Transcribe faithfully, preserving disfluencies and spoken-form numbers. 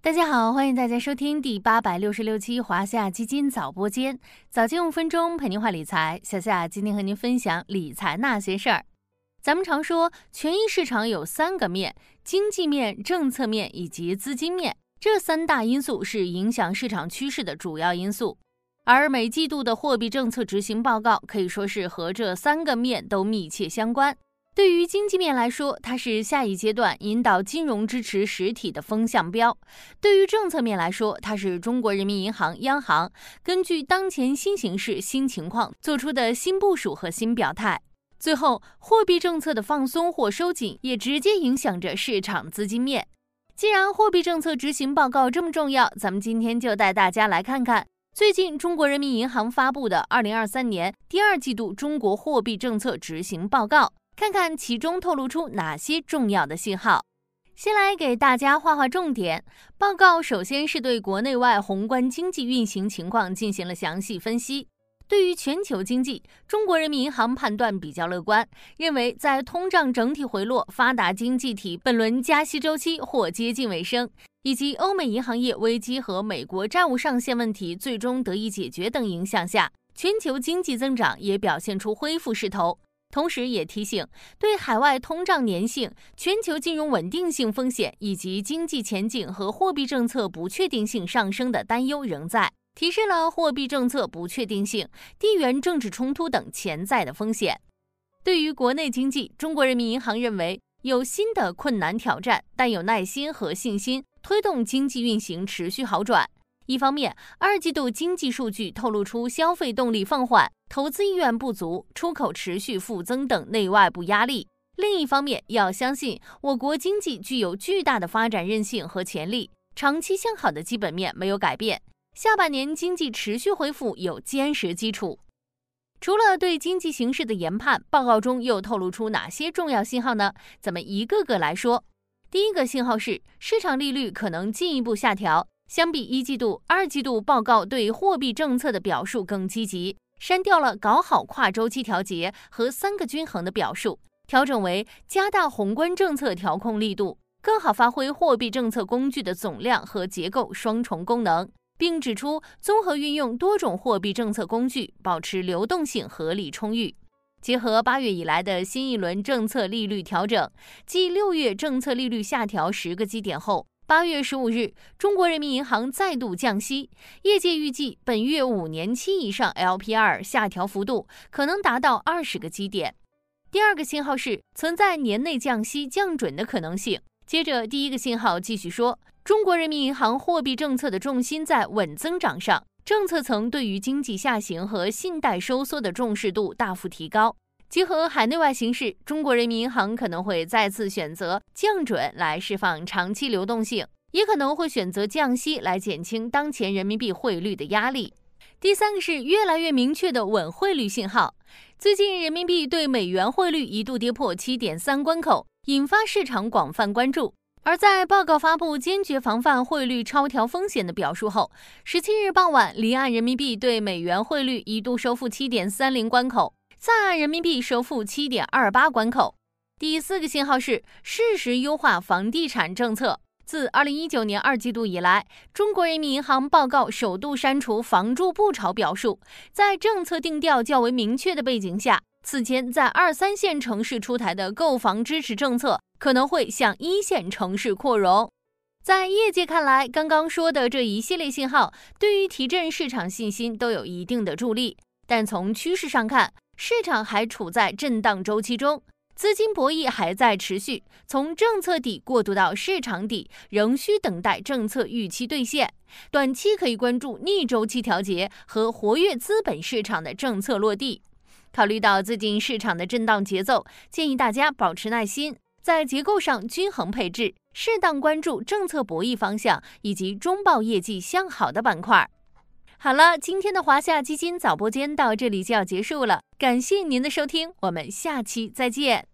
大家好，欢迎大家收听第八百六十六期华夏基金早播间，早间五分钟陪您话理财。小夏今天和您分享理财那些事儿。咱们常说权益市场有三个面，经济面、政策面以及资金面，这三大因素是影响市场趋势的主要因素。而每季度的货币政策执行报告可以说是和这三个面都密切相关。对于经济面来说，它是下一阶段引导金融支持实体的风向标；对于政策面来说，它是中国人民银行央行根据当前新形势、新情况做出的新部署和新表态。最后，货币政策的放松或收紧也直接影响着市场资金面。既然货币政策执行报告这么重要，咱们今天就带大家来看看最近中国人民银行发布的二零二三年第二季度中国货币政策执行报告，看看其中透露出哪些重要的信号。先来给大家画画重点。报告首先是对国内外宏观经济运行情况进行了详细分析。对于全球经济，中国人民银行判断比较乐观，认为在通胀整体回落、发达经济体本轮加息周期或接近尾声，以及欧美银行业危机和美国债务上限问题最终得以解决等影响下，全球经济增长也表现出恢复势头。同时也提醒，对海外通胀粘性、全球金融稳定性风险以及经济前景和货币政策不确定性上升的担忧仍在，提示了货币政策不确定性、地缘政治冲突等潜在的风险。对于国内经济，中国人民银行认为有新的困难挑战，但有耐心和信心推动经济运行持续好转。一方面，二季度经济数据透露出消费动力放缓、投资意愿不足、出口持续负增等内外部压力。另一方面，要相信我国经济具有巨大的发展韧性和潜力，长期向好的基本面没有改变，下半年经济持续恢复有坚实基础。除了对经济形势的研判，报告中又透露出哪些重要信号呢？咱们一个个来说。第一个信号是市场利率可能进一步下调。相比一季度、二季度报告对货币政策的表述更积极，删掉了搞好跨周期调节和三个均衡的表述，调整为加大宏观政策调控力度，更好发挥货币政策工具的总量和结构双重功能，并指出综合运用多种货币政策工具，保持流动性合理充裕。结合八月以来的新一轮政策利率调整，继六月政策利率下调十个基点后，八月十五日，中国人民银行再度降息，业界预计本月五年期以上 L P R 下调幅度可能达到二十个基点。第二个信号是存在年内降息降准的可能性。接着第一个信号继续说，中国人民银行货币政策的重心在稳增长上，政策层对于经济下行和信贷收缩的重视度大幅提高。结合海内外形势，中国人民银行可能会再次选择降准来释放长期流动性，也可能会选择降息来减轻当前人民币汇率的压力。第三个是越来越明确的稳汇率信号。最近人民币对美元汇率一度跌破 七点三 关口，引发市场广泛关注。而在报告发布坚决防范汇率超调风险的表述后，十七日傍晚，离岸人民币对美元汇率一度收复 七点三零 关口，在岸人民币收复 七点二八 关口。第四个信号是适时优化房地产政策。自二零一九年二季度以来，中国人民银行报告首度删除房住不炒表述，在政策定调较为明确的背景下，此前在二三线城市出台的购房支持政策可能会向一线城市扩容。在业界看来，刚刚说的这一系列信号对于提振市场信心都有一定的助力，但从趋势上看，市场还处在震荡周期中，资金博弈还在持续，从政策底过渡到市场底，仍需等待政策预期兑现。短期可以关注逆周期调节和活跃资本市场的政策落地。考虑到最近市场的震荡节奏，建议大家保持耐心，在结构上均衡配置，适当关注政策博弈方向以及中报业绩向好的板块。好了，今天的华夏基金早播间到这里就要结束了，感谢您的收听，我们下期再见。